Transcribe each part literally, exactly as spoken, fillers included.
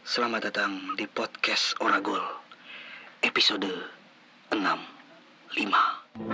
Selamat datang di podcast Oragol episode enam puluh lima.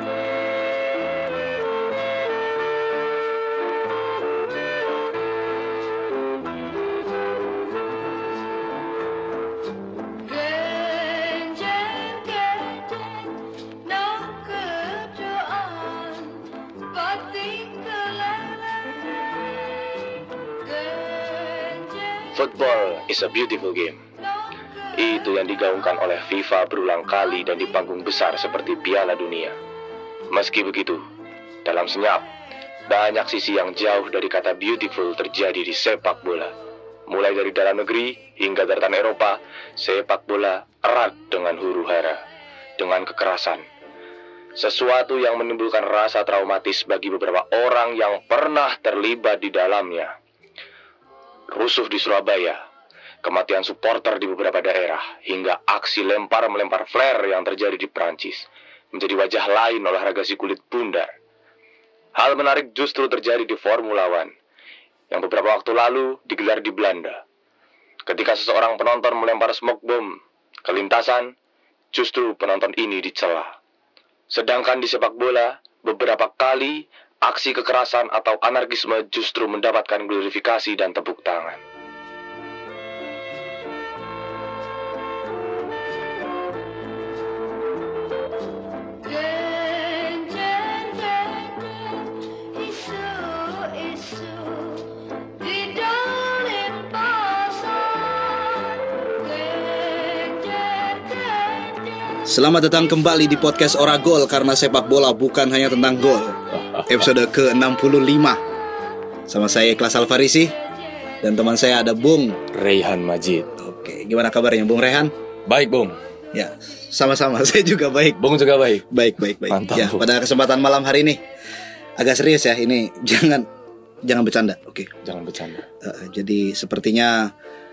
Football is a beautiful game. Itu yang digaungkan oleh FIFA berulang kali dan di panggung besar seperti Piala Dunia. Meski begitu, dalam senyap, banyak sisi yang jauh dari kata beautiful terjadi di sepak bola. Mulai dari dalam negeri hingga daratan Eropa, sepak bola erat dengan huru-hara, dengan kekerasan. Sesuatu yang menimbulkan rasa traumatis bagi beberapa orang yang pernah terlibat di dalamnya. Rusuh di Surabaya, kematian supporter di beberapa daerah, hingga aksi lempar-melempar flare yang terjadi di Prancis menjadi wajah lain olahraga si kulit bundar. Hal menarik justru terjadi di Formula One, yang beberapa waktu lalu digelar di Belanda. Ketika seseorang penonton melempar smoke bomb ke lintasan, justru penonton ini dicela. Sedangkan di sepak bola, beberapa kali aksi kekerasan atau anarkisme justru mendapatkan glorifikasi dan tepuk tangan. Selamat datang kembali di podcast Oragol, karena sepak bola bukan hanya tentang gol. Episode ke enam puluh lima. Sama saya Ikhlas Alfarisi, dan teman saya ada Bung Rehan Majid. Oke, gimana kabarnya Bung Rehan? Baik, Bung. Ya, sama-sama. Saya juga baik. Bung juga baik. Baik, baik, baik. Mantap, ya, Bung. pada kesempatan malam hari ini agak serius ya. Ini jangan jangan bercanda. Oke. Jangan bercanda. Uh, jadi sepertinya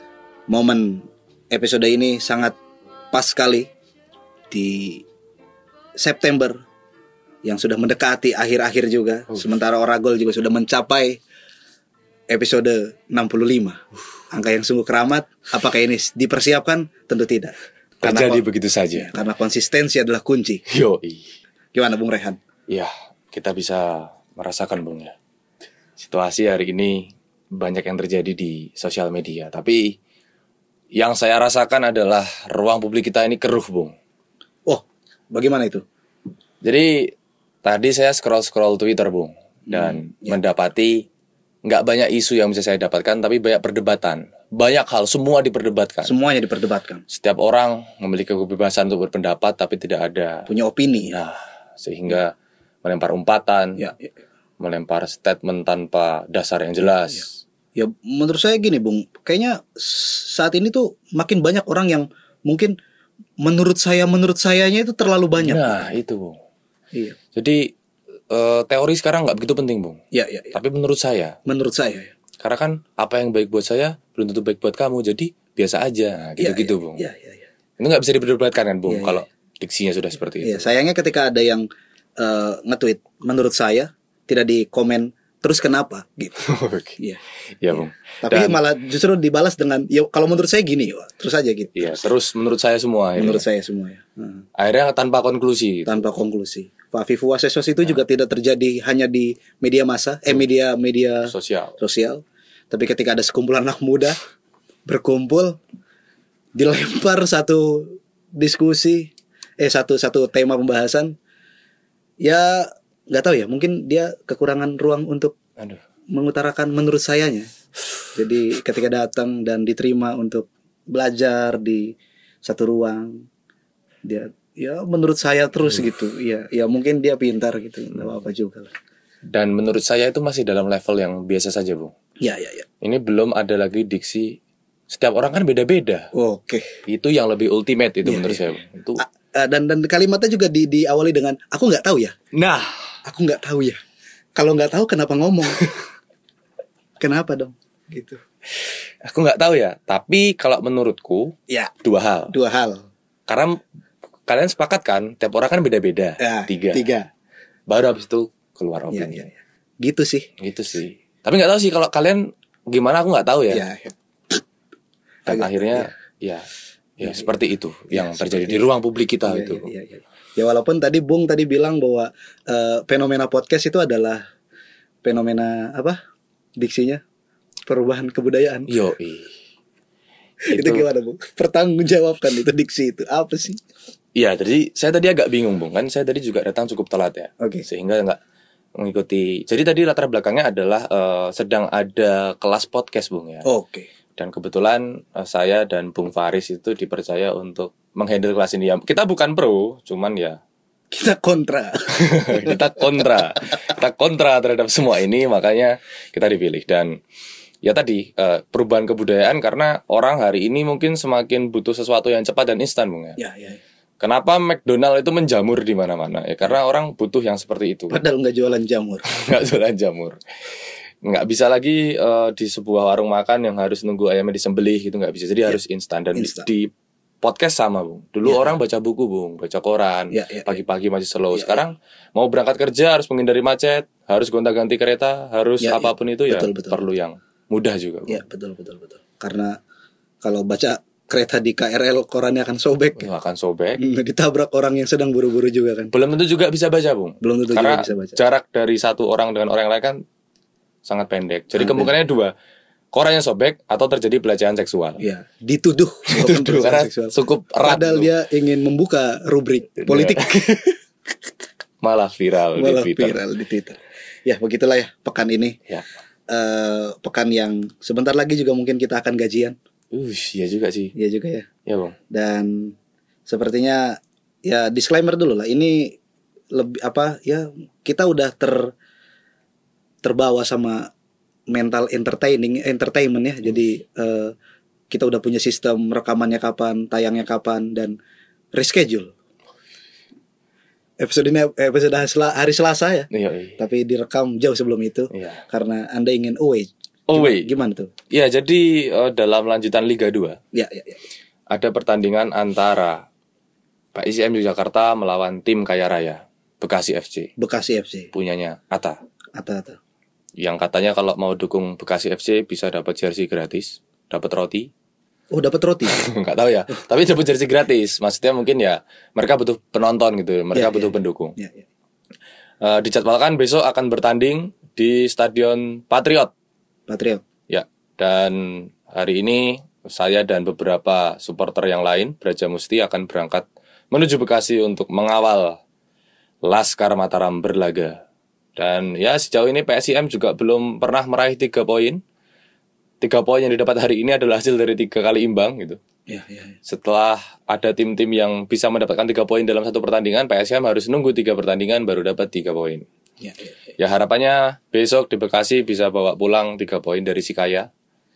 momen episode ini sangat pas sekali di September yang sudah mendekati akhir-akhir juga. uh. Sementara Oragol juga sudah mencapai episode enam puluh lima. uh. Angka yang sungguh keramat. Apakah ini dipersiapkan? Tentu tidak. Karena Terjadi kon- begitu saja. Karena konsistensi adalah kunci. Yoi. Gimana Bung Rehan? Ya, kita bisa merasakan, Bung, ya. Situasi hari ini banyak yang terjadi di sosial media, tapi yang saya rasakan adalah ruang publik kita ini keruh, Bung. Oh, bagaimana itu? Jadi tadi saya scroll-scroll Twitter, Bung, dan Hmm, ya. mendapati nggak banyak isu yang bisa saya dapatkan, tapi banyak perdebatan. Banyak hal, semua diperdebatkan. Semuanya diperdebatkan. Setiap orang memiliki kebebasan untuk berpendapat, tapi tidak ada. Punya opini. Nah, sehingga melempar umpatan, Ya, ya. melempar statement tanpa dasar yang jelas. Ya, menurut saya gini Bung, kayaknya saat ini tuh makin banyak orang yang mungkin menurut saya menurut sayanya itu terlalu banyak. Nah, itu, Bung. Iya. Jadi eh, teori sekarang nggak begitu penting, Bung. Ya, ya, ya. Tapi menurut saya, Menurut saya ya. karena kan apa yang baik buat saya belum tentu baik buat kamu, jadi biasa aja, nah, gitu-gitu, ya, Bung. Ya, ya, ya. Itu nggak bisa diperdebatkan kan, Bung, Ya, ya. kalau diksinya sudah seperti itu. Ya, sayangnya ketika ada yang uh, nge-tweet menurut saya tidak di komen terus kenapa gitu. Oke. Iya. Ya, Bung. Tapi Dan- malah justru dibalas dengan ya kalau menurut saya gini, wah, terus aja gitu. Iya, terus menurut saya semua. Menurut ya. saya semua ya. Hmm. Akhirnya tanpa konklusi. Gitu. Tanpa konklusi. Pak Vivu Wasesos itu juga tidak terjadi hanya di media massa, eh media media Sosial. sosial. Tapi ketika ada sekumpulan anak muda berkumpul, dilempar satu diskusi, eh satu satu tema pembahasan, ya nggak tahu ya, mungkin dia kekurangan ruang untuk Aduh. mengutarakan menurut sayanya. Jadi ketika datang dan diterima untuk belajar di satu ruang, dia ya menurut saya terus gitu. Ya, ya mungkin dia pintar gitu, nggak apa-apa juga lah. Dan menurut saya itu masih dalam level yang biasa saja, Bung. Ya, ya, ya. Ini belum ada lagi diksi. Setiap orang kan beda-beda. Oke. Itu yang lebih ultimate itu Iya, menurut iya. saya, Bung. Itu. A- a- dan dan kalimatnya juga di diawali dengan aku nggak tahu ya. Nah, Aku nggak tahu ya. Kalau nggak tahu kenapa ngomong? Kenapa dong? Gitu. aku nggak tahu ya. Tapi kalau menurutku Ya, dua hal. dua hal. Karena kalian sepakat kan, tiap orang kan beda-beda. Ya, Tiga. Tiga. Baru habis itu keluar Ya, opini. ya, ya. Gitu sih. Gitu sih. Tapi nggak tahu sih kalau kalian gimana, aku nggak tahu ya. Ya. Dan Agak, akhirnya iya. ya ya Iya, seperti itu iya, yang terjadi seperti di itu. ruang publik kita Iya, itu. iya, iya, iya. Ya walaupun tadi Bung tadi bilang bahwa eh, fenomena podcast itu adalah fenomena apa? Diksinya perubahan kebudayaan. Yo, itu, itu gimana Bung? Pertanggungjawabkan itu diksi itu apa sih? Iya, jadi saya tadi agak bingung, Bung. Kan saya tadi juga datang cukup telat ya. Oke. Sehingga nggak mengikuti. Jadi tadi latar belakangnya adalah eh, sedang ada kelas podcast, Bung ya. Oke. Dan kebetulan eh, saya dan Bung Faris itu dipercaya untuk menghandle kelas ini. Ya, kita bukan pro, cuman ya Kita kontra. kita kontra. Kita kontra terhadap semua ini, makanya kita dipilih. Dan ya tadi eh, perubahan kebudayaan karena orang hari ini mungkin semakin butuh sesuatu yang cepat dan instan, Bung ya. Ya, ya. Kenapa McDonald itu menjamur di mana-mana? Ya karena orang butuh yang seperti itu. Padahal nggak jualan jamur. Nggak jualan jamur. Nggak bisa lagi uh, di sebuah warung makan yang harus nunggu ayamnya disembelih gitu, nggak bisa. Jadi ya, harus instan. Dan instan. Di, di podcast sama, Bung. Dulu ya. Orang baca buku, Bung, baca koran. Ya, ya, pagi-pagi masih slow. ya, Sekarang ya. Mau berangkat kerja harus menghindari macet, harus gonta-ganti kereta, harus ya, apapun ya. itu betul, ya betul. perlu yang mudah juga, Bung. Ya, betul betul betul. Karena kalau baca kereta di K R L korannya akan sobek. Oh, akan sobek. Ditabrak orang yang sedang buru-buru juga kan. Belum tentu juga bisa baca, Bung. Belum tentu Karena juga bisa baca. Jarak dari satu orang dengan orang yang lain kan sangat pendek. Jadi ah, kemungkinannya dua, korannya sobek atau terjadi pelecehan seksual. Iya, dituduh. Dituduh karena seksual. Cukup erat. Padahal dia ingin membuka rubrik politik. Malah viral Malah di Twitter. viral di Twitter. Ya, begitulah ya pekan ini. Ya. Uh, pekan yang sebentar lagi juga mungkin kita akan gajian. Uh, iya juga sih. Iya juga ya. Ya, Bang. Dan sepertinya ya disclaimer dulu lah. Ini lebih apa ya? Kita udah ter terbawa sama mental entertaining entertainment ya. Jadi uh, kita udah punya sistem rekamannya kapan, tayangnya kapan, dan reschedule. Episode ini episode hari Selasa ya. Iya, iya. Tapi direkam jauh sebelum itu. Iya. Karena Anda ingin away. Away. Gimana, gimana tuh? Ya, jadi uh, dalam lanjutan Liga dua. Ya, ya, ya. Ada pertandingan antara P S I M Yogyakarta melawan tim Kaya Raya Bekasi F C. Bekasi F C. Punyanya Atta. Atta, Atta. Yang katanya kalau mau dukung Bekasi F C bisa dapat jersey gratis, dapat roti. Oh, dapat roti. Enggak tahu ya. Tapi dapat jersey gratis. Maksudnya mungkin ya mereka butuh penonton gitu. Mereka ya, butuh ya, pendukung. Ya, ya. Uh, dijadwalkan besok akan bertanding di Stadion Patriot. Patriot. Ya. Dan hari ini saya dan beberapa supporter yang lain Braja Musti akan berangkat menuju Bekasi untuk mengawal Laskar Mataram berlaga. Dan ya sejauh ini P S I M juga belum pernah meraih tiga poin. Tiga poin yang didapat hari ini adalah hasil dari tiga kali imbang gitu. Ya, ya, ya. Setelah ada tim-tim yang bisa mendapatkan tiga poin dalam satu pertandingan, P S I M harus nunggu tiga pertandingan baru dapat tiga poin. Ya, ya, ya. Ya harapannya besok di Bekasi bisa bawa pulang tiga poin dari Sikaya.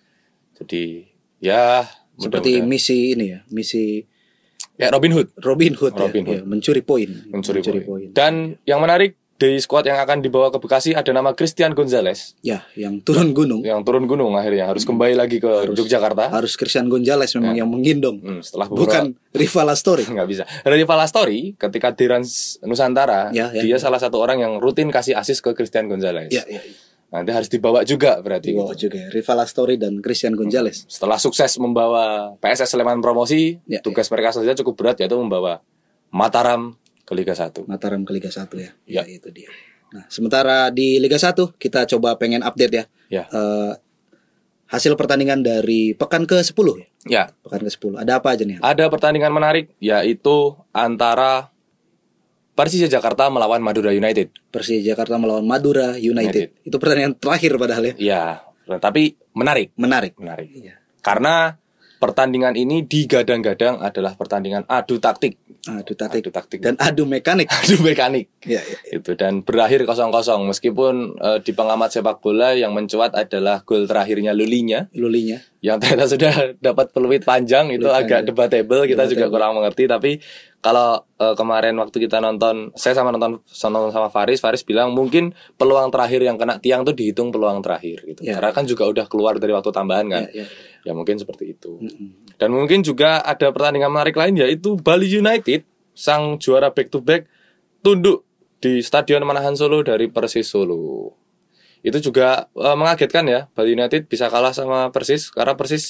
Jadi ya seperti misi ini ya, misi ya Robin Hood. Robin Hood, Robin ya, Hood. ya, mencuri poin. Mencuri, mencuri poin. Dan yang menarik di squad yang akan dibawa ke Bekasi ada nama Christian Gonzalez. Ya, yang turun gunung. Yang turun gunung akhirnya harus kembali lagi ke harus, Yogyakarta. Harus Christian Gonzalez memang ya. Yang menggendong. Hmm, setelah beberapa... Bukan Rival Astori. Nggak bisa. Rival Astori ketika di Rans Nusantara, ya, ya, dia ya. salah satu orang yang rutin kasih asis ke Christian Gonzalez. Ya, ya, ya. Nanti harus dibawa juga berarti. Dibawa gitu. juga. Rival Astori dan Christian Gonzalez. Setelah sukses membawa P S S Sleman promosi, ya, tugas ya. mereka saja cukup berat yaitu membawa Mataram ke Liga satu. Mataram ke Liga satu ya. Ya, ya itu dia. Nah, sementara di Liga satu kita coba pengen update ya. Ya. Uh, hasil pertandingan dari pekan ke sepuluh ya. Ya. Pekan ke sepuluh. Ada apa aja nih? Ada pertandingan menarik yaitu antara Persija Jakarta melawan Madura United. Persija Jakarta melawan Madura United. United. Itu pertandingan terakhir padahal ya. Iya, tapi menarik. Menarik. Menarik. Ya. Karena pertandingan ini digadang-gadang adalah pertandingan adu taktik. Adu taktik. Adu taktik. Dan adu mekanik. Adu mekanik. Ya, ya, ya. Itu dan berakhir kosong kosong meskipun uh, di pengamat sepak bola yang mencuat adalah gol terakhirnya Lulinya. Lulinya. Yang ternyata sudah dapat peluit panjang itu peluit agak panjang. Debatable kita debatable. Juga kurang mengerti tapi kalau uh, kemarin waktu kita nonton saya sama nonton sama, sama Faris Faris bilang mungkin peluang terakhir yang kena tiang tuh dihitung peluang terakhir gitu. Ya. Karena kan juga udah keluar dari waktu tambahan kan. Ya, ya. Ya mungkin seperti itu. Mm-hmm. Dan mungkin juga ada pertandingan menarik lain yaitu Bali United sang juara back to back tunduk di Stadion Manahan Solo dari Persis Solo. Itu juga uh, mengagetkan ya, Bali United bisa kalah sama Persis karena Persis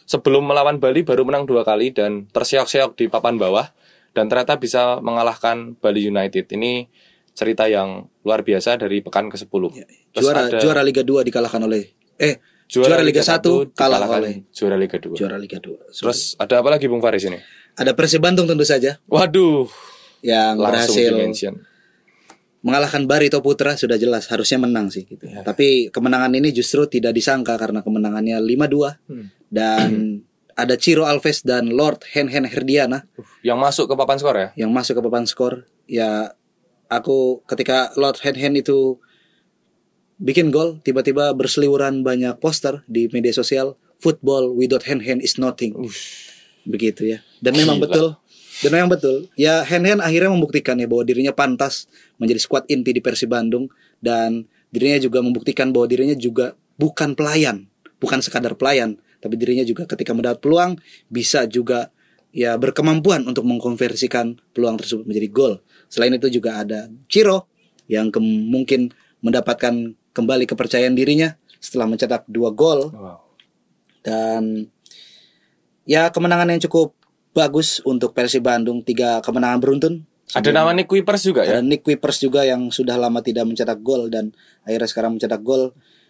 sebelum melawan Bali baru menang dua kali dan terseok-seok di papan bawah dan ternyata bisa mengalahkan Bali United. Ini cerita yang luar biasa dari pekan kesepuluh. Ya, juara ada, juara Liga dua dikalahkan oleh eh juara, juara Liga satu kalah oleh juara Liga dua. Juara Liga dua. Terus ada apa lagi Bung Faris ini? Ada Persib Bandung tentu saja. Waduh, yang langsung berhasil dimention. Mengalahkan Barito Putra sudah jelas harusnya menang sih gitu. Ya. Tapi kemenangan ini justru tidak disangka karena kemenangannya lima dua hmm. dan ada Ciro Alves dan Lord Hen-Hen Herdiana uh, yang masuk ke papan skor ya. Yang masuk ke papan skor. Ya aku ketika Lord Hen-Hen itu bikin gol, tiba-tiba berseliweran banyak poster di media sosial, football without Hen-Hen is nothing. Uh. Begitu ya. Dan memang Gila. betul. Dan memang betul. Ya Hen-Hen akhirnya membuktikan ya bahwa dirinya pantas menjadi skuad inti di Persib Bandung dan dirinya juga membuktikan bahwa dirinya juga bukan pelayan, bukan sekadar pelayan, tapi dirinya juga ketika mendapat peluang bisa juga ya berkemampuan untuk mengkonversikan peluang tersebut menjadi gol. Selain itu juga ada Ciro yang ke- mungkin mendapatkan kembali kepercayaan dirinya setelah mencetak dua gol. Wow. Dan ya kemenangan yang cukup bagus untuk Persib Bandung, tiga kemenangan beruntun. Ada nama Nick Kuipers juga ya? Ada Nick Kuipers juga yang sudah lama tidak mencetak gol dan akhirnya sekarang mencetak gol.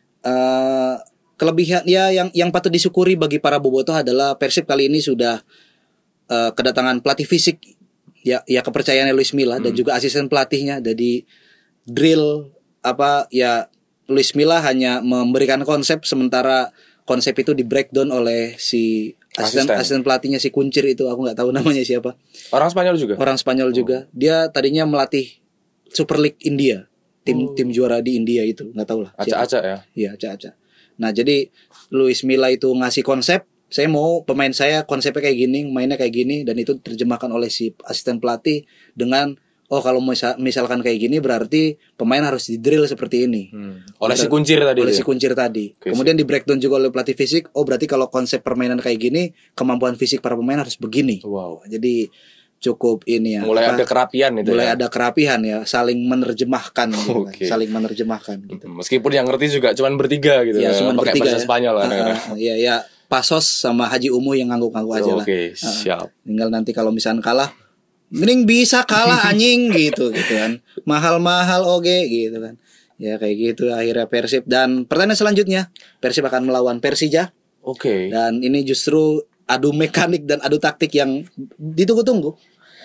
Uh, kelebihan ya yang yang patut disyukuri bagi para bobotoh adalah Persib kali ini sudah uh, kedatangan pelatih fisik ya ya kepercayaannya Luis Milla hmm. dan juga asisten pelatihnya. Jadi drill apa ya Luis Milla hanya memberikan konsep sementara konsep itu di breakdown oleh si asisten, asisten pelatihnya si Kuncir itu, aku nggak tahu namanya siapa. Orang Spanyol juga. Orang Spanyol oh. juga. Dia tadinya melatih Super League India, tim oh. tim juara di India itu, nggak tahu lah. Acak-acak ya. Iya acak-acak. Nah jadi Luis Milla itu ngasih konsep, saya mau pemain saya konsepnya kayak gini, mainnya kayak gini, dan itu terjemahkan oleh si asisten pelatih dengan oh kalau misal, misalkan kayak gini berarti pemain harus di-drill seperti ini. Hmm. Oleh Betul, si Kuncir tadi. Oleh ya? si Kuncir tadi. Okay, Kemudian di breakdown juga oleh pelatih fisik. Oh berarti kalau konsep permainan kayak gini, kemampuan fisik para pemain harus begini. Wow. Jadi cukup ini ya. Mulai apa, ada kerapian itu. Mulai ya? ada kerapian ya, saling menerjemahkan gitu okay. kan. Saling menerjemahkan gitu. Meskipun yang ngerti juga cuman bertiga gitu. Ya, ya. Cuman pakai bertiga bahasa ya. Spanyol kan. Uh, uh, ya ya Pasos sama Haji Umu yang ngangguk-ngangguk aja oh, lah. Oke, okay, uh, siap. Tinggal nanti kalau misalnya kalah mending bisa kalah anjing gitu gitu kan. Mahal-mahal oge gitu kan. Ya kayak gitu akhirnya Persib. Dan pertandingan selanjutnya Persib akan melawan Persija. Oke. Okay. Dan ini justru adu mekanik dan adu taktik yang ditunggu-tunggu.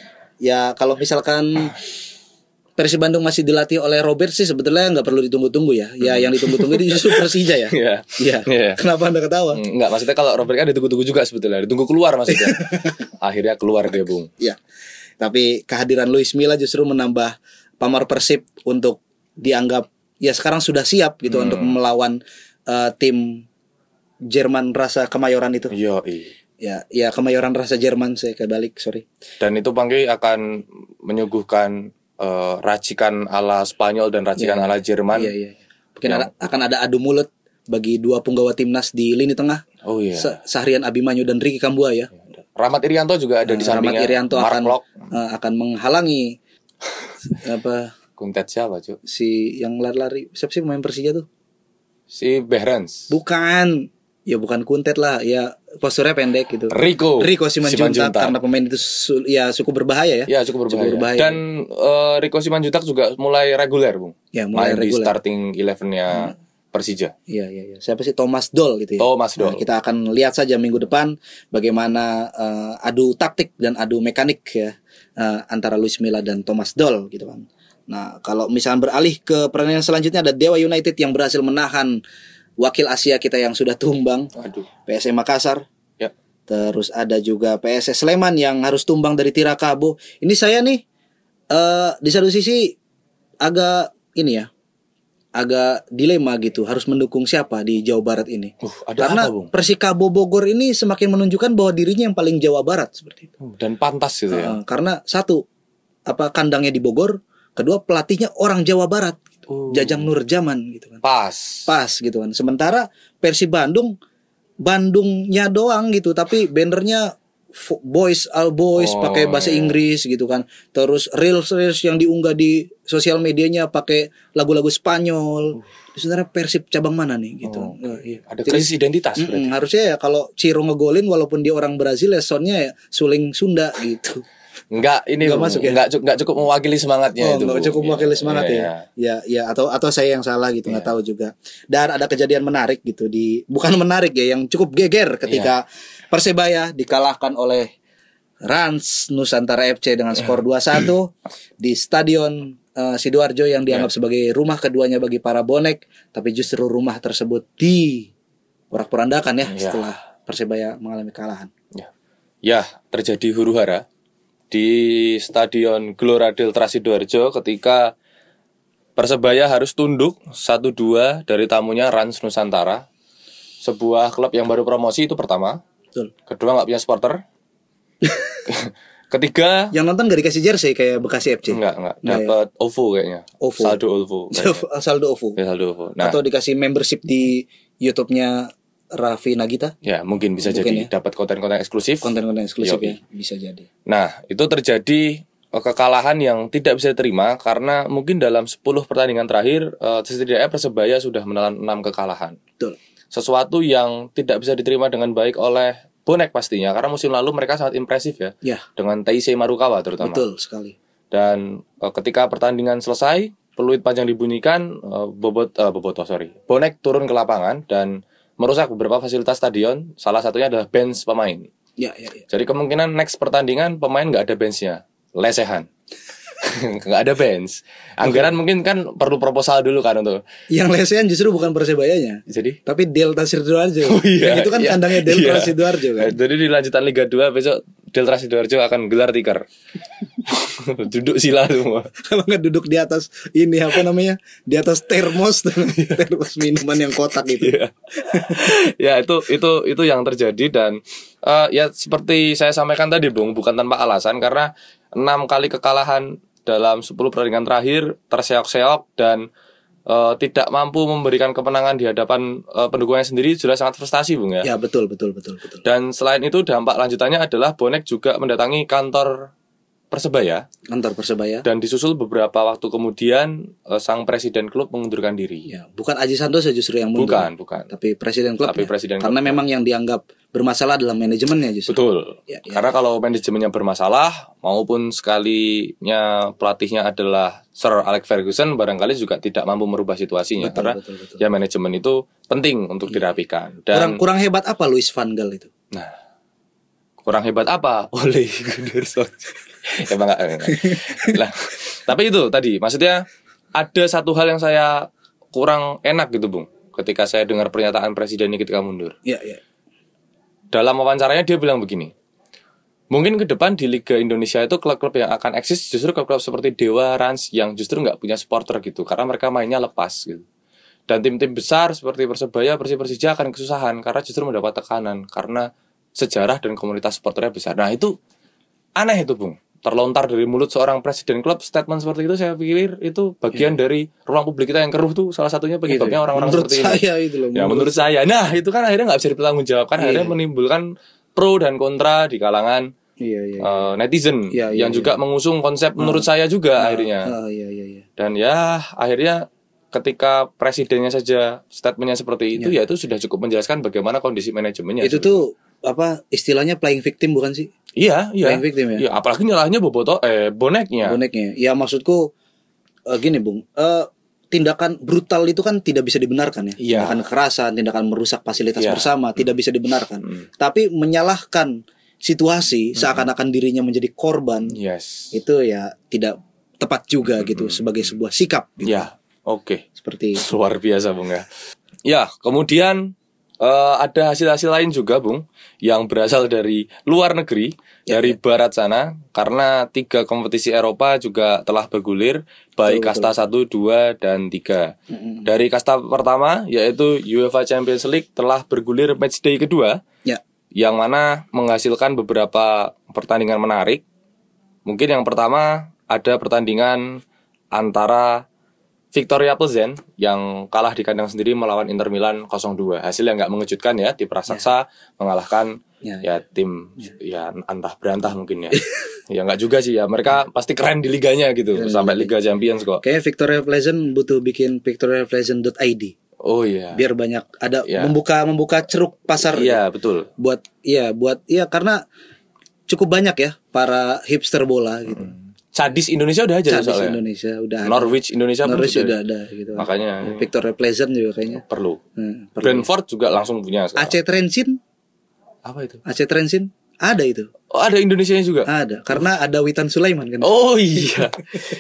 Ya kalau misalkan Persib Bandung masih dilatih oleh Robert sih sebetulnya nggak perlu ditunggu-tunggu ya. Ya yang ditunggu-tunggu itu justru Persija ya. Iya. Iya. Yeah. Kenapa Anda ketawa? Enggak, maksudnya kalau Robert kan ditunggu-tunggu juga sebetulnya. Ditunggu keluar maksudnya. Akhirnya keluar dia, Bung. Iya. Tapi kehadiran Luis Milla justru menambah pamor Persib untuk dianggap ya sekarang sudah siap gitu hmm. untuk melawan uh, tim Jerman rasa Kemayoran itu. Iya, Ya, ya Kemayoran rasa Jerman saya kebalik, sorry. Dan itu Panggi akan menyuguhkan uh, racikan ala Spanyol dan racikan ya, ala Jerman. Iya, iya. Mungkin yang... ada, akan ada adu mulut bagi dua punggawa timnas di lini tengah. Oh iya. Sahrian Abimanyu dan Ricky Kambuaya. Rahmat Irianto juga ada di sampingnya. Rahmat Irianto Mark akan uh, akan menghalangi apa? Kuntet siapa, Cuk? Si yang lari-lari. Siapa sih pemain Persija tuh? Si Behrens. Bukan. Ya bukan Kuntet lah. Ya posturnya pendek gitu. Rico. Rico Simanjuntak karena pemain itu su- ya cukup berbahaya ya. Ya cukup berbahaya. Cukup berbahaya. Dan uh, Rico Simanjuntak juga mulai reguler, Bung. Ya mulai main reguler. Di starting eleven-nya hmm. Persija. Iya iya iya. Siapa sih Thomas Doll gitu ya. Thomas Doll. Nah, kita akan lihat saja minggu depan bagaimana uh, adu taktik dan adu mekanik ya uh, antara Luis Milla dan Thomas Doll gitu kan. Nah, kalau misalnya beralih ke pertandingan selanjutnya ada Dewa United yang berhasil menahan wakil Asia kita yang sudah tumbang. Aduh. P S M Makassar. Ya. Terus ada juga P S S Sleman yang harus tumbang dari Tirakabo. Ini saya nih uh, di satu sisi agak ini ya. agak dilema gitu harus mendukung siapa di Jawa Barat ini. Uh, ada Karena apa, Bung? Persikabo Bogor ini semakin menunjukkan bahwa dirinya yang paling Jawa Barat seperti itu. Dan pantas gitu ya. Uh, karena satu apa kandangnya di Bogor, kedua pelatihnya orang Jawa Barat, gitu. uh. Jajang Nurjaman gitu kan. Pas. Pas gitu kan. Sementara Persib Bandung Bandungnya doang gitu, tapi bannernya fo- boys all boys Oh, pakai bahasa iya. Inggris gitu kan. Terus reels reels yang diunggah di sosial medianya pakai lagu-lagu Spanyol. Itu sebenarnya Persib cabang mana nih gitu. Oh, Oh, iya. Ada Jadi, krisis identitas mm-mm, berarti. harusnya ya kalau Ciro ngegolin walaupun dia orang Brazil ya soundnya ya suling Sunda gitu. Enggak, ini Nggak Bung, masuk ya? enggak, cu- enggak cukup mewakili semangatnya Oh, itu. nggak Bung. cukup mewakili semangat Iya, ya. iya. Ya, ya atau atau saya yang salah gitu, nggak Iya. tahu juga. Dan ada kejadian menarik gitu di bukan menarik ya, yang cukup geger ketika Iya. Persebaya dikalahkan oleh Rans Nusantara F C dengan Iya. skor dua satu di Stadion eh, Sidoarjo yang dianggap Iya. sebagai rumah keduanya bagi para bonek, tapi justru rumah tersebut di porak-porandakan ya Iya. setelah Persebaya mengalami kekalahan. Ya. Ya, terjadi huru-hara di Stadion Gelora Delta Sidoarjo ketika Persebaya harus tunduk satu dua dari tamunya Rans Nusantara. Sebuah klub yang baru promosi itu pertama. Betul. Kedua nggak punya supporter. Ketiga Yang nonton gak dikasih jersey kayak Bekasi F C. enggak enggak Nah, ya. dapat O V O kayaknya. O V O. Saldo O V O. kayaknya. Saldo O V O. Ya, saldo O V O. Nah, Atau dikasih membership di YouTube-nya Raffi Nagita, ya mungkin bisa Mungkin jadi ya. dapat konten-konten eksklusif. konten-konten eksklusif Yoi. ya, bisa jadi. Nah, itu terjadi eh, kekalahan yang tidak bisa diterima karena mungkin dalam sepuluh pertandingan terakhir eh, setidaknya Persebaya sudah menelan enam kekalahan. Betul. Sesuatu yang tidak bisa diterima dengan baik oleh bonek pastinya karena musim lalu mereka sangat impresif ya Ya, dengan Taisei Marukawa terutama. betul sekali. Dan eh, ketika pertandingan selesai, peluit panjang dibunyikan, eh, bobot eh, boboto sorry, bonek turun ke lapangan dan merusak beberapa fasilitas stadion. Salah satunya adalah bench pemain. Ya, ya, ya. Jadi kemungkinan next pertandingan pemain nggak ada benchnya, lesehan, nggak ada bench. Anggaran mungkin kan perlu proposal dulu kan untuk. Yang lesehan justru bukan Persebayanya, Jadi, tapi Delta Sidoarjo. Oh, iya, Yang itu kan iya, kandangnya Delta iya. Sidoarjo kan. jadi di lanjutan Liga dua besok Delta Sidoarjo akan gelar tikar. Duduk sila semua. Kalau nggak duduk di atas ini apa namanya? Di atas termos, termos minuman yang kotak itu. Iya. Ya itu itu itu yang terjadi dan eh, ya seperti saya sampaikan tadi Bung, bukan tanpa alasan karena enam kali kekalahan dalam sepuluh pertandingan terakhir terseok-seok dan eh, tidak mampu memberikan kemenangan di hadapan eh, pendukungnya sendiri sudah sangat frustasi Bung ya. Ya, betul, betul, betul, betul. Dan selain itu dampak lanjutannya adalah bonek juga mendatangi kantor Persebaya Kantor Persebaya. dan disusul beberapa waktu kemudian eh, sang presiden klub mengundurkan diri. Ya, bukan Aji Santoso justru yang mundur. Bukan, bukan. Tapi presiden klub. Tapi presiden Karena klub. memang yang dianggap bermasalah dalam manajemennya justru. Betul. Ya, ya. Karena kalau manajemennya bermasalah maupun sekalinya pelatihnya adalah Sir Alex Ferguson barangkali juga tidak mampu merubah situasinya Betul, karena betul, betul. ya manajemen itu penting untuk dirapikan. Dan Kurang kurang hebat apa Luis Van Gaal itu? nah, kurang hebat apa? Oleh Gunnar Solskjaer. Emang enggak, enggak. Lah, tapi itu tadi maksudnya ada satu hal yang saya kurang enak gitu, Bung. Ketika saya dengar pernyataan presiden ini ketika mundur. Ya, ya. Dalam wawancaranya dia bilang begini. Mungkin ke depan di Liga Indonesia itu klub-klub yang akan eksis justru klub-klub seperti Dewa, Rans yang justru nggak punya supporter gitu karena mereka mainnya lepas gitu. Dan tim-tim besar seperti Persebaya, Persib, Persija akan kesusahan karena justru mendapat tekanan karena sejarah dan komunitas supporternya besar. Nah itu aneh itu Bung. Terlontar dari mulut seorang presiden klub statement seperti itu saya pikir itu bagian dari ruang publik kita yang keruh tuh salah satunya penyebabnya orang-orang menurut seperti saya ini. itu loh. Ya menurut saya. Nah itu kan akhirnya nggak bisa dipertanggungjawabkan, Iya. akhirnya menimbulkan pro dan kontra di kalangan Iya, iya. uh, netizen Iya, iya, yang juga iya. mengusung konsep menurut saya juga akhirnya. Ah, iya, iya, iya. Dan ya akhirnya ketika presidennya saja statementnya seperti itu ya itu sudah cukup menjelaskan bagaimana kondisi manajemennya. Itu tuh apa istilahnya playing victim bukan sih? Iya, iya. Playing victim ya? Iya, apalagi nyalahnya boboto eh boneknya. Boneknya. Ya maksudku eh, gini Bung, eh, tindakan brutal itu kan tidak bisa dibenarkan ya. Iya. Tindakan kekerasan, tindakan merusak fasilitas Iya. bersama tidak bisa dibenarkan. Hmm. Tapi menyalahkan situasi seakan-akan dirinya menjadi korban Yes. itu ya tidak tepat juga gitu sebagai sebuah sikap gitu. Ya, oke. Seperti itu. Luar biasa, Bung ya. Ya, kemudian eh, ada hasil-hasil lain juga, Bung, yang berasal dari luar negeri, Ya, dari ya. barat sana, karena tiga kompetisi Eropa juga telah bergulir, baik Betul, kasta satu, dua, dan tiga. Mm-mm. Dari kasta pertama, yaitu UEFA Champions League telah bergulir matchday kedua, Ya. yang mana menghasilkan beberapa pertandingan menarik. Mungkin yang pertama ada pertandingan antara Victoria Plzen yang kalah di kandang sendiri melawan Inter Milan nol dua. Hasil yang nggak mengejutkan ya, di Prasaksa mengalahkan Ya, ya tim ya entah berantah mungkin ya. Ya nggak juga sih ya, mereka pasti keren di liganya gitu, Keren sampai di Liga Champions kok. Kayaknya Victoria Pleasant butuh bikin victoria pleasant dot i d. Oh iya. Biar banyak ada Ya. membuka membuka ceruk pasar. Iya betul. Buat iya buat iya karena cukup banyak ya para hipster bola gitu. Sadis Indonesia udah aja Sadis soalnya. Indonesia udah ada. Norwich Indonesia pun Norwich sudah udah ada gitu. Makanya ini Victoria Pleasant juga kayaknya. perlu. Hmm, perlu. Brentford juga langsung punya sekarang. Aceh Trensin, Apa itu? Aceh Trensin ada itu. Oh ada Indonesianya juga. Ada karena ada Witan Sulaiman kan. Oh iya.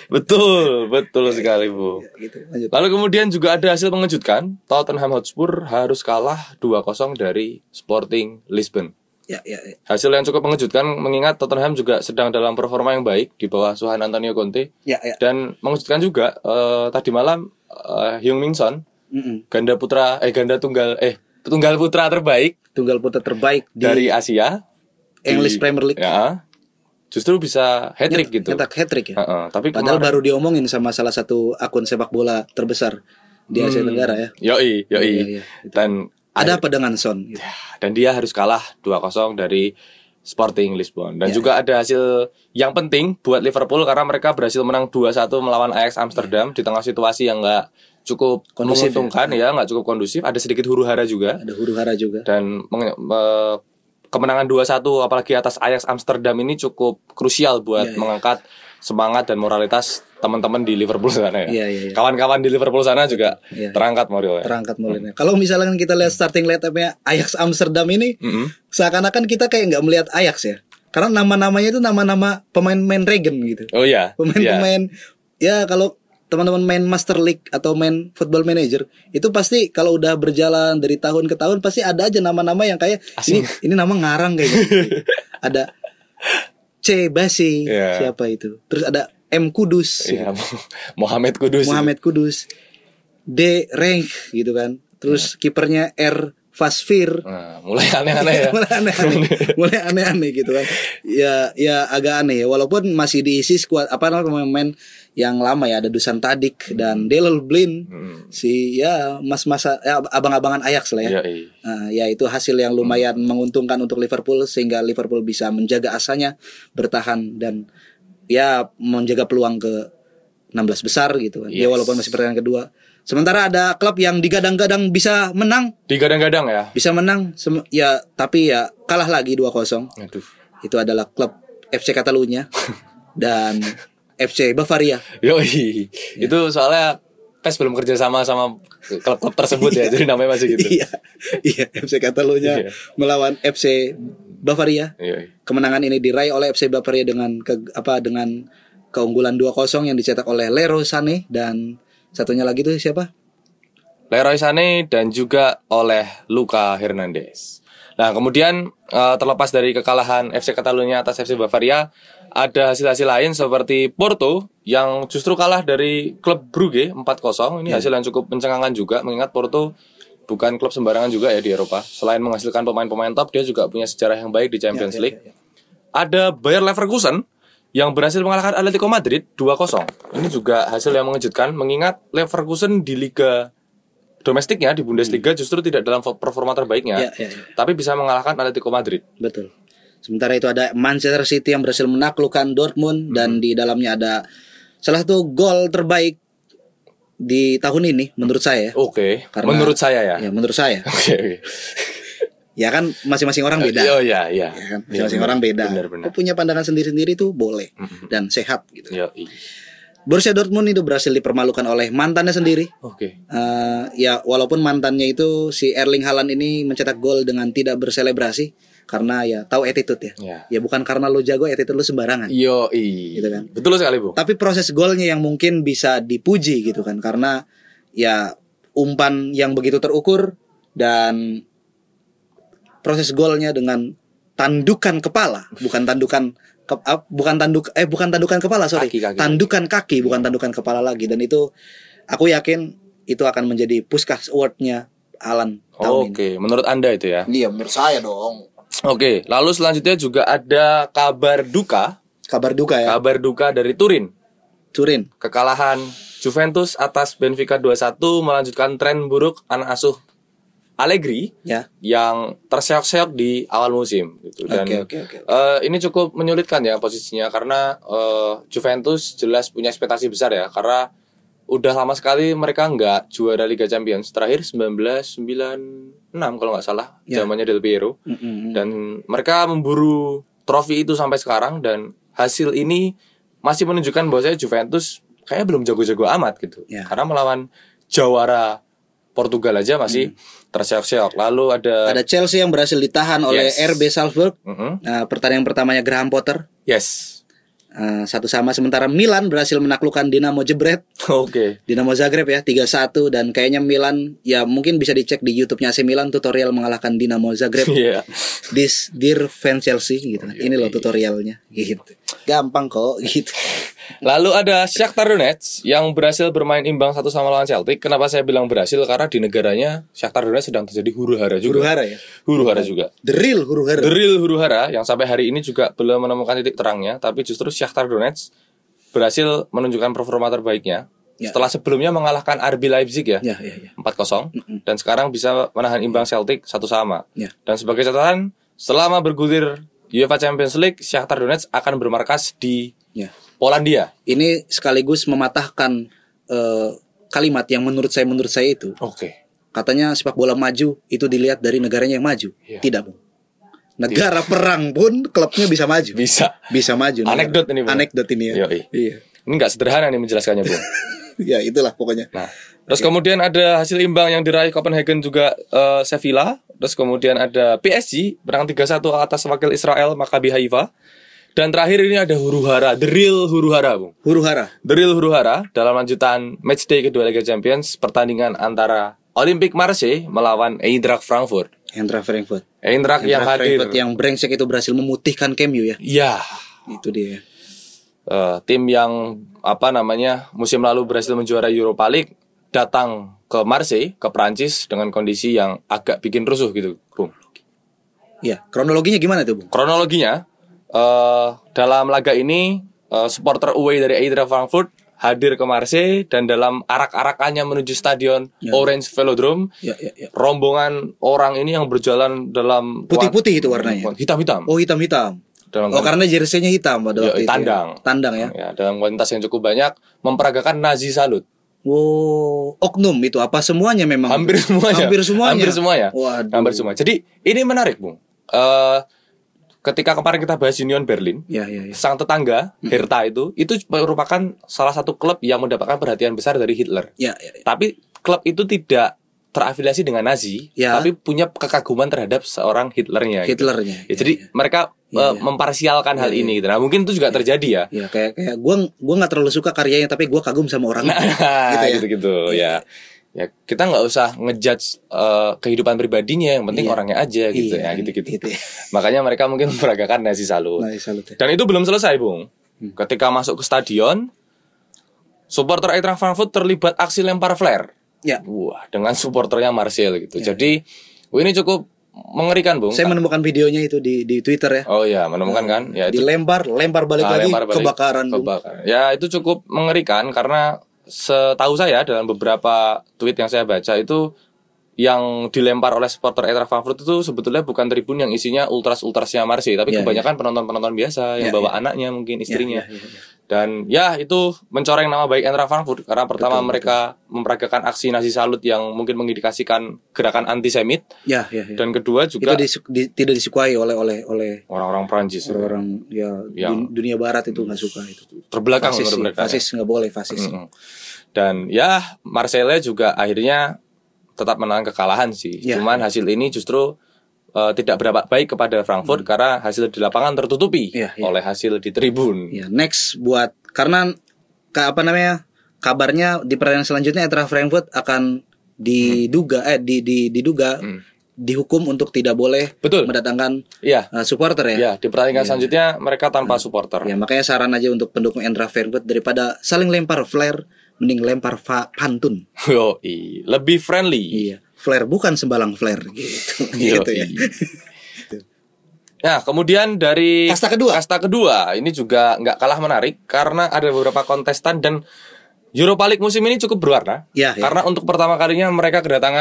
Betul, betul sekali, Bu. Gitu. Lanjut. Lalu kemudian juga ada hasil mengejutkan. Tottenham Hotspur harus kalah dua kosong dari Sporting Lisbon. Ya, ya, ya. Hasil yang cukup mengejutkan mengingat Tottenham juga sedang dalam performa yang baik di bawah asuhan Antonio Conte. Ya, ya. Dan mengejutkan juga eh, tadi malam eh, Heung-min Son, Mm-mm. ganda putra eh ganda tunggal eh tunggal putra terbaik Tunggal putra terbaik di dari Asia English di- Premier League. Ya. Justru bisa hat-trick gitu. Nyetak hat-trick ya. Heeh, tapi Padahal kemarin- baru diomongin sama salah satu akun sepak bola terbesar di Asia Tenggara ya. Yoi, yoi. Iya, iya. Dan Ada apa dengan Son? Gitu. dan dia harus kalah dua kosong dari Sporting Lisbon. Dan Ya, juga ada hasil yang penting buat Liverpool karena mereka berhasil menang dua satu melawan Ajax Amsterdam di tengah situasi yang enggak cukup Kondusif menguntungkan ya, enggak cukup kondusif, ada sedikit huru-hara juga. Ada huru-hara juga. Dan menge- me- kemenangan dua satu apalagi atas Ajax Amsterdam ini cukup krusial buat Ya, ya. mengangkat semangat dan moralitas teman-teman di Liverpool sana ya. Iya, iya, iya. Kawan-kawan di Liverpool sana juga Iya. terangkat moralnya. Terangkat mulainya. Kalau misalkan kita lihat starting line-up-nya Ajax Amsterdam ini, Mm-mm. seakan-akan kita kayak nggak melihat Ajax ya. Karena nama-namanya itu nama-nama pemain-pemain Regen gitu. Oh iya. Iya. Pemain-pemain ya kalau teman-teman main Master League atau main Football Manager itu pasti kalau udah berjalan dari tahun ke tahun pasti ada aja nama-nama yang kayak Asing. ini ini nama ngarang kayak gitu. Ada C Basi, Iya. siapa itu? Terus ada M Kudus, Iya, Mohamed Kudus. Muhammad Kudus, D Renk gitu kan. Terus kipernya R Fasfir. Nah, mulai aneh-aneh ya. mulai aneh-aneh, mulai aneh-aneh gitu kan. Ya, ya agak aneh ya. Walaupun masih diisi skuad apa namanya pemain yang lama ya, ada Dusan Tadic dan Delal Blin, Hmm. si ya mas-masa ya, abang-abangan Ajax lah ya. Iya, iya. Nah, ya itu hasil yang lumayan menguntungkan untuk Liverpool sehingga Liverpool bisa menjaga asanya bertahan dan ya menjaga peluang ke enam belas besar gitu kan. Ya Yes. walaupun masih pertandingan kedua. Sementara ada klub yang digadang-gadang bisa menang, Digadang-gadang ya. bisa menang sem- ya tapi ya kalah lagi dua kosong. Aduh. Itu adalah klub F C Catalunya dan F C Bavaria. Yoi. Ya. Itu soalnya P E S belum kerja sama sama klub-klub tersebut ya. Jadi namanya masih gitu. Iya. Iya, F C Catalunya Iya. melawan F C Bavaria. Iya. Kemenangan ini diraih oleh F C Bavaria dengan ke, apa dengan keunggulan dua kosong yang dicetak oleh Leroy Sané dan satunya lagi tuh siapa? Leroy Sané dan juga oleh Luka Hernandez. Nah, kemudian eh, terlepas dari kekalahan F C Catalunya atas F C Bavaria, ada hasil-hasil lain seperti Porto yang justru kalah dari klub Brugge empat kosong. Ini Ya. hasil yang cukup mencengangkan juga mengingat Porto bukan klub sembarangan juga ya di Eropa. Selain menghasilkan pemain-pemain top, dia juga punya sejarah yang baik di Champions Ya, ya, League. ya, ya. Ada Bayer Leverkusen yang berhasil mengalahkan Atletico Madrid dua kosong. Ini juga hasil yang mengejutkan mengingat Leverkusen di liga domestiknya di Bundesliga justru tidak dalam performa terbaiknya. Ya, ya, ya. Tapi bisa mengalahkan Atletico Madrid. Betul. Sementara itu ada Manchester City yang berhasil menaklukkan Dortmund dan di dalamnya ada salah satu gol terbaik di tahun ini menurut saya. Oke. Karena- Menurut saya ya. Ya, menurut saya. Oke, oke. Ya kan masing-masing orang beda. Oh iya, iya. Ya kan? Iya, Masing-masing benar. orang beda. Benar, benar. Kok punya pandangan sendiri-sendiri itu boleh dan sehat gitu. Iya, iya. Borussia Dortmund itu berhasil dipermalukan oleh mantannya sendiri. Oke. Eh, ya walaupun mantannya itu si Erling Haaland ini mencetak gol dengan tidak berselebrasi karena ya tahu attitude ya. Ya. Ya bukan karena lu jago attitude lu sembarangan. Yo, iya. Gitu kan. Betul sekali, Bu. Tapi proses golnya yang mungkin bisa dipuji gitu kan karena ya umpan yang begitu terukur dan proses golnya dengan tandukan kepala, bukan tandukan ke, ah, bukan tanduk eh bukan tandukan kepala, sorry. Kaki, kaki. Tandukan kaki, bukan tandukan kepala lagi dan itu aku yakin itu akan menjadi Puskás Award-nya Alan tahun ini. Oke, menurut Anda itu ya. Iya, menurut saya dong. Oke, lalu selanjutnya juga ada kabar duka. Kabar duka ya. Kabar duka dari Turin. Turin. Kekalahan Juventus atas Benfica dua satu melanjutkan tren buruk anak asuh Allegri Ya. yang terseok-seok di awal musim gitu. Dan Oke, oke, oke. eh, ini cukup menyulitkan ya posisinya karena eh, Juventus jelas punya ekspektasi besar ya, karena udah lama sekali mereka nggak juara Liga Champions. Terakhir sembilan belas sembilan puluh enam kalau nggak salah, Ya. zamannya Del Piero. Mm-mm. Dan mereka memburu trofi itu sampai sekarang, dan hasil ini masih menunjukkan bahwa saya Juventus kayak belum jago-jago amat gitu. Ya. Karena melawan jawara Portugal aja masih terseok-seok. Lalu ada, Ada Chelsea yang berhasil ditahan oleh Yes. R B Salzburg. Mhm. Nah, pertandingan pertamanya Graham Potter. Yes. Uh, satu sama, sementara Milan berhasil menaklukkan Dinamo Zagreb. Oke. Dinamo Zagreb ya tiga satu, dan kayaknya Milan ya mungkin bisa dicek di YouTube-nya A C Milan tutorial mengalahkan Dinamo Zagreb. Iya. This dear fan Chelsea gitu. Ini loh tutorialnya gitu. Gampang kok gitu. Lalu ada Shakhtar Donetsk yang berhasil bermain imbang satu sama lawan Celtic. Kenapa saya bilang berhasil? Karena di negaranya Shakhtar Donetsk sedang terjadi huru-hara juga. Huru-hara ya. Huru-hara juga. The real huru-hara. The real huru-hara yang sampai hari ini juga belum menemukan titik terangnya, tapi justru Shakhtar Donetsk berhasil menunjukkan performa terbaiknya Ya. setelah sebelumnya mengalahkan R B Leipzig ya, Ya, ya, ya. empat kosong, dan sekarang bisa menahan imbang Celtic satu sama. Ya. Dan sebagai catatan, selama bergulir UEFA Champions League, Shakhtar Donetsk akan bermarkas di Ya. Polandia. Ini sekaligus mematahkan eh, kalimat yang menurut saya menurut saya itu Oke. katanya sepak bola maju itu dilihat dari negaranya yang maju. Iya. Tidak, Bung. Negara perang pun klubnya bisa maju. Bisa. Bisa maju. negara. Anekdot ini, Bung. Anekdot ini ya. Yoi. Iya. Ini nggak sederhana nih menjelaskannya, Bung. Ya, itulah pokoknya. Nah, terus kemudian ada hasil imbang yang diraih Copenhagen juga eh, Sevilla. Terus kemudian ada P S G menang tiga satu atas wakil Israel Maccabi Haifa. Dan terakhir ini ada huru-hara, the real huru-hara, Bung. Huru-hara. The real huru-hara dalam lanjutan matchday kedua Liga Champions, pertandingan antara Olympique Marseille melawan Eintracht Frankfurt. Eintracht Frankfurt. Eintracht yang Eintracht hadir. Frankfurt yang brengsek itu berhasil memutihkan C M U ya. Ya, Itu dia. eh, tim yang apa namanya musim lalu berhasil menjuara Europa League datang ke Marseille, ke Prancis dengan kondisi yang agak bikin rusuh gitu, Bung. Iya, kronologinya gimana tuh, Bung? Kronologinya, eh, dalam laga ini eh, supporter away dari Eintracht Frankfurt hadir ke Marseille, dan dalam arak-arakannya menuju stadion Ya. Orange Velodrome, Ya, ya, ya. rombongan orang ini yang berjalan dalam Putih-putih itu warnanya. hitam-hitam. Oh, hitam-hitam. Dalam Oh, karena jersey-nya hitam pada Ya, waktu itu. ya. tandang. Tandang ya. ya, dalam kuantitas yang cukup banyak memperagakan Nazi salut. Wow, oknum itu apa semuanya memang? Hampir semuanya. Hampir semuanya. Hampir semuanya. Waduh. Hampir semua. Jadi ini menarik, Bung. Eh, ketika kemarin kita bahas Union Berlin, Ya, ya, ya. sang tetangga Hertha itu itu merupakan salah satu klub yang mendapatkan perhatian besar dari Hitler. Ya, ya, ya. Tapi klub itu tidak terafiliasi dengan Nazi, Ya. tapi punya kekaguman terhadap seorang Hitlernya. gitu. Hitlernya. Ya, jadi mereka Ya, eh, ya. memparsialkan hal Ya, ya. ini. Gitu. Nah, mungkin itu juga terjadi ya. Ya, kayak kayak gua gua nggak terlalu suka karyanya tapi gua kagum sama orangnya. Nah, Gitu ya. gitu-gitu ya. Ya, kita nggak usah ngejudge eh, kehidupan pribadinya, yang penting Iya. orangnya aja gitu Iya, ya, gitu-gitu. gitu ya. Makanya mereka mungkin memperagakan Nazi salut. Nah, salut ya. Dan itu belum selesai, Bung. Hmm. Ketika masuk ke stadion, supporter Eintracht Frankfurt terlibat aksi lempar flare. Ya. Wah, dengan supporternya Marseille gitu. Ya, Jadi, wah, ini cukup mengerikan, Bung. Saya menemukan videonya itu di di Twitter ya. Oh ya, menemukan kan? Ya, itu Dilempar, lempar balik Ah, lagi, lempar balik, kebakaran. Bung. kebakaran. Ya, itu cukup mengerikan karena setahu saya dalam beberapa tweet yang saya baca itu yang dilempar oleh supporter Eintracht Frankfurt itu sebetulnya bukan tribun yang isinya ultras-ultrasnya Marseille, tapi Ya, kebanyakan penonton-penonton biasa yang Ya, bawa ya. anaknya, mungkin Ya, istrinya. ya, ya, ya. Dan ya itu mencoreng nama baik Eintracht Frankfurt karena pertama Betul, mereka memperagakan aksi Nazi salut yang mungkin mengindikasikan gerakan antisemit, Ya, ya, ya. dan kedua juga itu disu- di- tidak disukai oleh oleh oleh orang-orang Prancis orang-orang ya Yang- dun- dunia barat itu nggak suka itu. terbelakang Fasis, menurut sih. mereka. fasis nggak boleh fasis. Mm-mm. Dan ya Marseille juga akhirnya tetap menang kekalahan sih. Ya. Cuman hasil ini justru uh, tidak berdampak baik kepada Frankfurt karena hasil di lapangan tertutupi Ya, ya. oleh hasil di tribun. Ya, next buat karena ka, apa namanya? Kabarnya di pertandingan selanjutnya Eintracht Frankfurt akan diduga eh di, di diduga Hmm. dihukum untuk tidak boleh Betul. mendatangkan Iya. uh, supporter ya. Ya, di pertandingan Ya. selanjutnya mereka tanpa supporter. Ya, makanya saran aja untuk pendukung Eintracht Frankfurt daripada saling lempar flare mending lempar fa- pantun. Yoi, lebih friendly. Iya, flare bukan sembarang flare gitu. Yoi. gitu ya. Nah, kemudian dari Kasta kedua. Kasta kedua ini juga nggak kalah menarik karena ada beberapa kontestan dan Europa League musim ini cukup berwarna. Ya, ya. Karena untuk pertama kalinya mereka kedatangan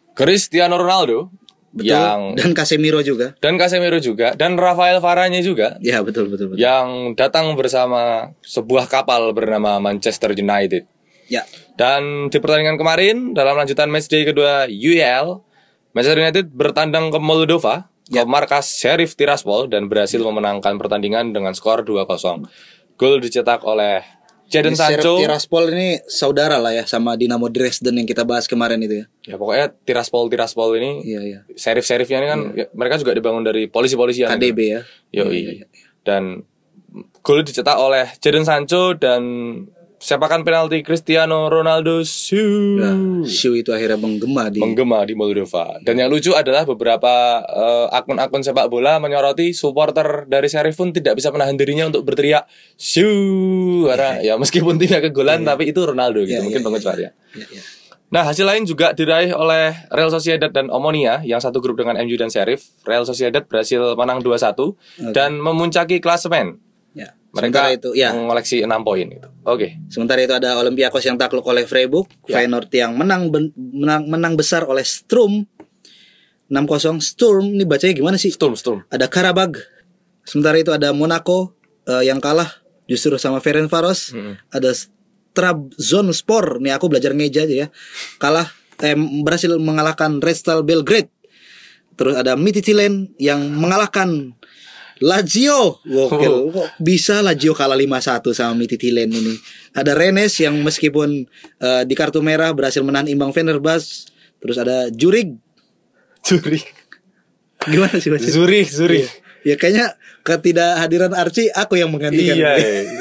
Cristiano Ronaldo. Betul. Yang Dan Casemiro juga. Dan Casemiro juga. Dan Rafael Varane juga. Ya betul betul betul. Yang datang bersama sebuah kapal bernama Manchester United. Ya. Dan di pertandingan kemarin dalam lanjutan matchday kedua U E L, Manchester United bertandang ke Moldova, ya. ke markas Sheriff Tiraspol dan berhasil memenangkan pertandingan dengan skor dua kosong. Gol dicetak oleh Jadon Sancho. Tiraspol ini saudara lah ya sama Dinamo Dresden yang kita bahas kemarin itu ya. Ya pokoknya Tiraspol Tiraspol ini, iya, iya. Sheriff-Sheriffnya ini kan iya. ya, mereka juga dibangun dari polisi-polisian. K D B ya. Yo, iya, iya. Dan gol dicetak oleh Jadon Sancho dan sepakan penalti Cristiano Ronaldo. Shoo. Nah, Shoo itu akhirnya menggema di menggema di Moldova. Dan yang lucu adalah beberapa uh, akun-akun sepak bola menyoroti supporter dari Sheriff pun tidak bisa menahan dirinya untuk berteriak Shoo. Karena ya meskipun timnya kegolan yeah, tapi itu Ronaldo gitu. Yeah, mungkin yeah, pengecualian. Yeah, yeah. Nah, hasil lain juga diraih oleh Real Sociedad dan Omonia yang satu grup dengan M U dan Sheriff. Real Sociedad berhasil menang dua satu okay. dan memuncaki klasemen. Ya. Mereka itu ya mengoleksi enam poin gitu. Oke. Okay. Sementara itu ada Olympiakos yang takluk oleh Freiburg, ya. Feyenoord yang menang, ben, menang menang besar oleh Sturm enam kosong. Sturm ini bacanya gimana sih? Sturm, Sturm. Ada Karabag. Sementara itu ada Monaco uh, yang kalah justru sama Ferencvaros. Mm-hmm. Ada Trabzonspor. Nih aku belajar ngeja aja ya. Kalah eh, berhasil mengalahkan Red Star Belgrade. Terus ada Midtjylland yang mengalahkan Lazio. Gokil. Kok bisa Lazio kalah lima satu sama Midtjylland ini. Ada Rennes yang meskipun uh, di kartu merah berhasil menahan imbang Fenerbahce. Terus ada Zurich. Zurich. Gimana sih Mas? Zurich, Zurich. Ya kayaknya ketidakhadiran Archie aku yang menggantikan. Iya.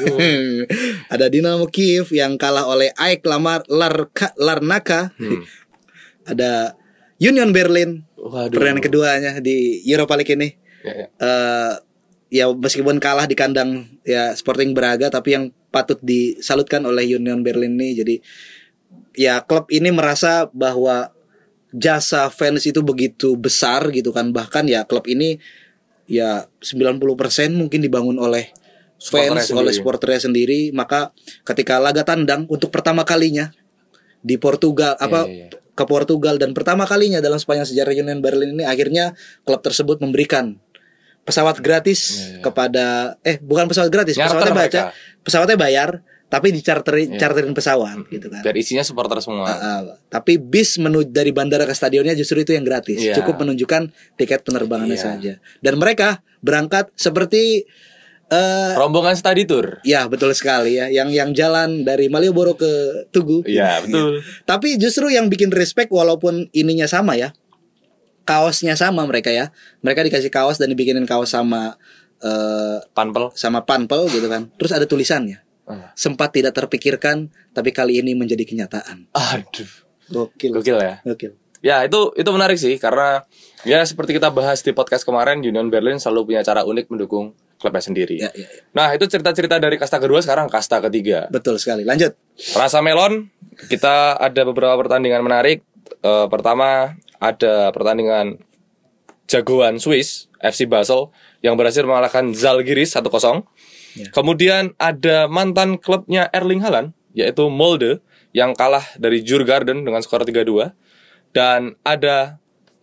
Ada Dinamo Kiev yang kalah oleh A E K Lamar Larka, Larnaka. Hmm. Ada Union Berlin. Waduh. Pertandingan keduanya di Europa League ini. Ya, ya. Uh, ya meskipun kalah di kandang ya Sporting Braga, tapi yang patut disalutkan oleh Union Berlin ini. Jadi ya klub ini merasa bahwa jasa fans itu begitu besar gitu kan. Bahkan ya klub ini ya sembilan puluh persen mungkin dibangun oleh fans, oleh supporternya sendiri. Maka ketika laga tandang untuk pertama kalinya di Portugal ya, apa ya, ya. ke Portugal dan pertama kalinya dalam sepanjang sejarah Union Berlin ini, akhirnya klub tersebut memberikan pesawat gratis yeah, yeah. kepada eh bukan pesawat gratis, Nyarter pesawatnya baca, mereka. pesawatnya bayar tapi dicarterin yeah. charterin pesawat gitu kan. Dan isinya supporter semua. Uh, uh, tapi bis menuju dari bandara ke stadionnya justru itu yang gratis. Yeah. Cukup menunjukkan tiket penerbangannya yeah. saja. Dan mereka berangkat seperti uh, rombongan study tour. Ya, betul sekali ya. Yang yang jalan dari Malioboro ke Tugu. Iya, betul. Ya. Tapi justru yang bikin respect walaupun ininya sama ya. Kaosnya sama mereka ya. Mereka dikasih kaos dan dibikinin kaos sama uh, Panpel, sama Panpel gitu kan. Terus ada tulisannya. Uh. Sempat tidak terpikirkan, tapi kali ini menjadi kenyataan. Aduh. Gokil. Gokil ya. Gokil. Ya, itu itu menarik sih karena ya seperti kita bahas di podcast kemarin, Union Berlin selalu punya cara unik mendukung klubnya sendiri. Ya, ya, ya. Nah, itu cerita-cerita dari kasta kedua, sekarang kasta ketiga. Betul sekali. Lanjut. Rasa melon, kita ada beberapa pertandingan menarik. Uh, pertama ada pertandingan jagoan Swiss F C Basel yang berhasil mengalahkan Zalgiris satu kosong. Ya. Kemudian ada mantan klubnya Erling Haaland yaitu Molde yang kalah dari Djurgården dengan skor tiga dua. Dan ada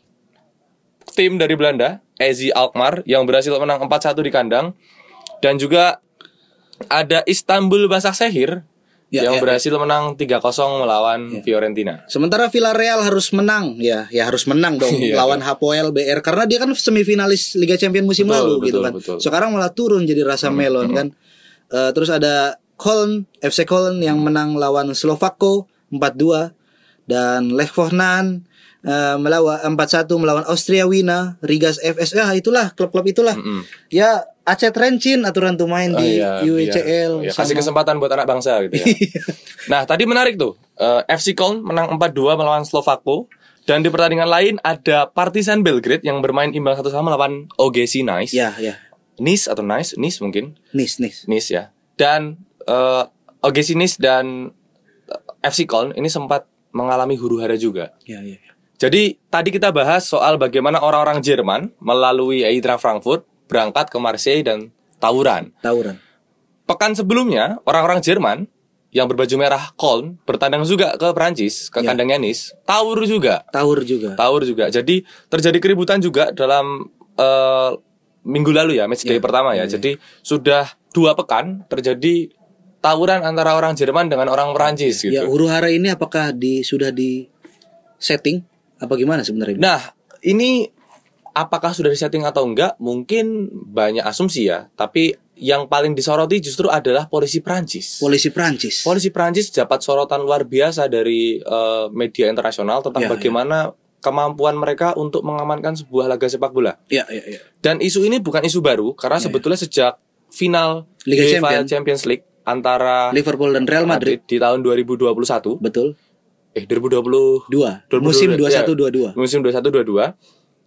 tim dari Belanda A Z Alkmaar yang berhasil menang empat satu di kandang. Dan juga ada Istanbul Başakşehir ya, yang ya, berhasil ya. menang tiga kosong melawan ya. Fiorentina. Sementara Villarreal harus menang, ya, ya harus menang dong lawan Hapoel B R karena dia kan semifinalis Liga Champions musim betul, lalu betul, gitu kan. Betul. Sekarang malah turun jadi Rasa hmm, Melon hmm. kan. Uh, terus ada Köln, F C Köln yang menang lawan Slovako empat dua dan Lech Poznan uh, melawan empat satu melawan Austria Wina, Rigas F S. Ah, itulah klub-klub itulah. Hmm. Ya Aceh Trencin aturan tuh main oh, di iya, U E C L. Iya. Ya, kasih kesempatan buat anak bangsa gitu ya. Nah, tadi menarik tuh. Uh, F C Köln menang empat dua melawan Slovako. Dan di pertandingan lain ada Partizan Belgrade yang bermain imbang satu sama melawan O G C Nice. Iya, iya. Nice atau Nice? Nice mungkin. Nice, Nice. Nice ya. Dan uh, O G C Nice dan F C Köln ini sempat mengalami huru-hara juga. Iya, iya. Jadi tadi kita bahas soal bagaimana orang-orang Jerman melalui Eintracht Frankfurt berangkat ke Marseille dan tawuran. Tawuran. Pekan sebelumnya orang-orang Jerman yang berbaju merah Köln bertandang juga ke Prancis, ke Ya. kandangnya Nice, tawur juga. Tawur juga. Tawur juga. Jadi terjadi keributan juga dalam uh, minggu lalu ya, match day Ya, pertama ya. ya, ya. Jadi sudah dua pekan terjadi tawuran antara orang Jerman dengan orang Perancis gitu. Ya, huru hara ini apakah di sudah di setting apa gimana sebenarnya? Nah, ini apakah sudah disetting atau enggak? Mungkin banyak asumsi ya. Tapi yang paling disoroti justru adalah polisi Prancis. Polisi Prancis. Polisi Prancis dapat sorotan luar biasa dari uh, media internasional tentang Ya, bagaimana kemampuan mereka untuk mengamankan sebuah laga sepak bola. Ya, ya, ya. Dan isu ini bukan isu baru karena Ya, sebetulnya sejak final Liga UEFA Champions. Champions League antara Liverpool dan Real Madrid. di tahun dua ribu dua puluh satu, Betul. eh dua ribu dua puluh Dua. dua ribu Musim dua puluh, dua puluh satu ya, dua puluh dua. musim dua puluh satu dua puluh dua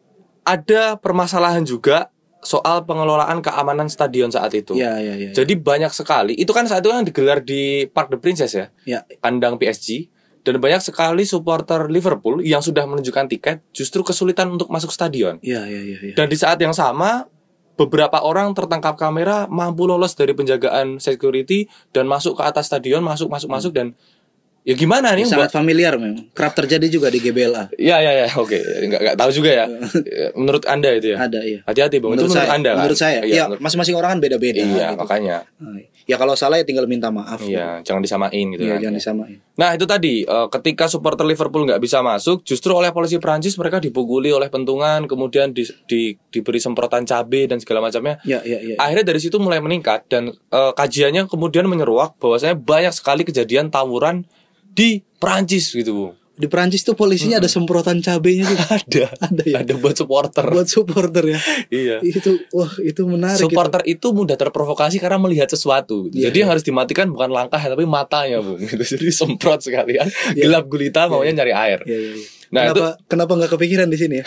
ada permasalahan juga soal pengelolaan keamanan stadion saat itu. Ya, ya, ya. Jadi banyak sekali. Itu kan saat itu kan digelar di Parc des Princes ya, Ya. kandang P S G. Dan banyak sekali supporter Liverpool yang sudah menunjukkan tiket justru kesulitan untuk masuk stadion. Ya, ya, ya, ya. Dan di saat yang sama beberapa orang tertangkap kamera mampu lolos dari penjagaan security dan masuk ke atas stadion, masuk masuk masuk dan ya gimana nih Sangat buat familiar memang. Kerap terjadi juga di G B L A. ya ya ya oke nggak nggak tahu juga ya. Menurut Anda itu ya. Ada, iya. Hati-hati Bang. Itu Menurut menurut saya, Anda kan? menurut saya. Iya, Ya, menurut- masing-masing orang kan beda-beda. iya gitu. makanya. Ya kalau salah ya tinggal minta maaf. Iya, jangan disamain gitu Iya, kan. jangan disamain. Nah itu tadi eh, ketika supporter Liverpool nggak bisa masuk, justru oleh polisi Prancis mereka dipukuli oleh pentungan, kemudian di, di- diberi semprotan cabai dan segala macamnya. Ya, ya, ya. Akhirnya dari situ mulai meningkat dan eh, kajiannya kemudian menyeruak bahwasanya banyak sekali kejadian tawuran di Prancis gitu, Bu. Di Prancis tuh polisinya ada semprotan cabenya juga. Ada, Ada ya. ada buat supporter. Buat supporter ya. Iya. Itu wah, itu menarik. Supporter itu mudah terprovokasi karena melihat sesuatu. Iya, Jadi iya. yang harus dimatikan bukan langkah tapi matanya, Bu. Gitu. Jadi semprot sekalian, Iya. gelap gulita maunya nyari air. Iya, iya, iya. Nah, kenapa kenapa nggak kepikiran di sini ya?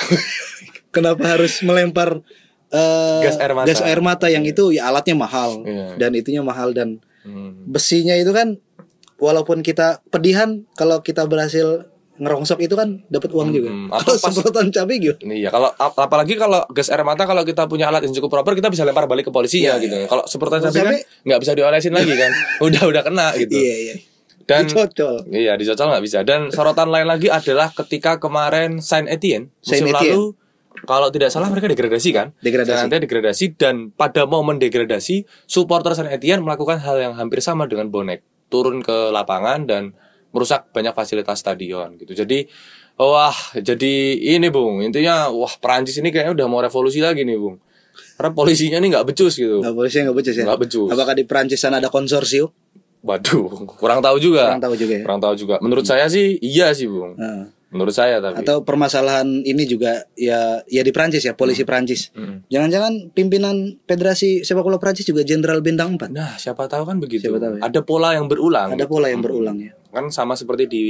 Kenapa harus melempar eh, Gas air mata. gas air mata yang itu ya alatnya mahal Iya. dan itunya mahal dan Hmm. besinya itu kan walaupun kita pedihan kalau kita berhasil ngerongsok itu kan dapat uang juga. Hmm, Kalau atau pas- semprotan cabai gitu. Iya, kalau ap- apalagi kalau gas air mata kalau kita punya alat yang cukup proper kita bisa lempar balik ke polisinya Iya, gitu. iya. Kalau semprotan Kalau cabai kan cabai- nggak bisa diolesin lagi kan. Udah udah kena gitu. Iya, iya. Dan Dicocol. iya dicocol nggak bisa. Dan sorotan lain lagi adalah ketika kemarin Saint Etienne musim Saint Etienne. lalu kalau tidak salah mereka degradasi kan? Degradasi. Saint Etienne degradasi dan pada momen degradasi supporter Saint Etienne melakukan hal yang hampir sama dengan bonek, turun ke lapangan dan merusak banyak fasilitas stadion gitu. Jadi wah, jadi ini Bung, intinya wah Perancis ini kayaknya udah mau revolusi lagi nih Bung. Karena polisinya ini nggak becus gitu. Nggak polisinya nggak becus ya. Nggak becus. Apakah di Prancis sana ada konsorsium? Waduh, kurang tahu juga. Kurang tahu juga ya. Kurang tahu juga. Menurut saya sih iya sih Bung. Nah. Menurut saya tapi. Atau permasalahan ini juga ya ya di Prancis ya, polisi Prancis. Hmm. Jangan-jangan pimpinan Federasi Sepak Bola Prancis juga Jenderal Bintang empat. Nah, siapa tahu kan begitu. Siapa tahu ya. Ada pola yang berulang. Ada pola yang berulang ya. Kan sama seperti di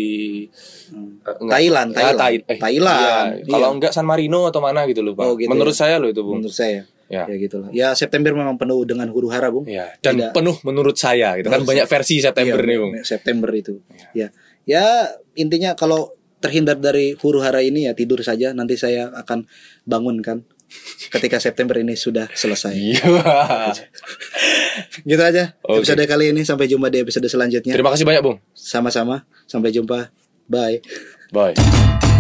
Hmm. eh, enggak. Thailand, Ya, Thailand. Thai- eh, Thailand, iya. Kalau iya. enggak San Marino atau mana gitu loh, Bang. Oh, gitu Menurut ya. saya loh itu, Bung. Menurut saya. Ya. Ya gitulah. Ya September memang penuh dengan huru hara, Bung. Ya, dan Tidak- penuh menurut saya gitu kan Menurut banyak versi September Iya, nih, Bung. September itu. Ya. Ya intinya kalau terhindar dari huru hara ini ya tidur saja, nanti saya akan bangunkan ketika September ini sudah selesai. Iya. Gitu aja Oke. episode kali ini, sampai jumpa di episode selanjutnya. Terima kasih banyak, Bung. Sama-sama, sampai jumpa. Bye. Bye.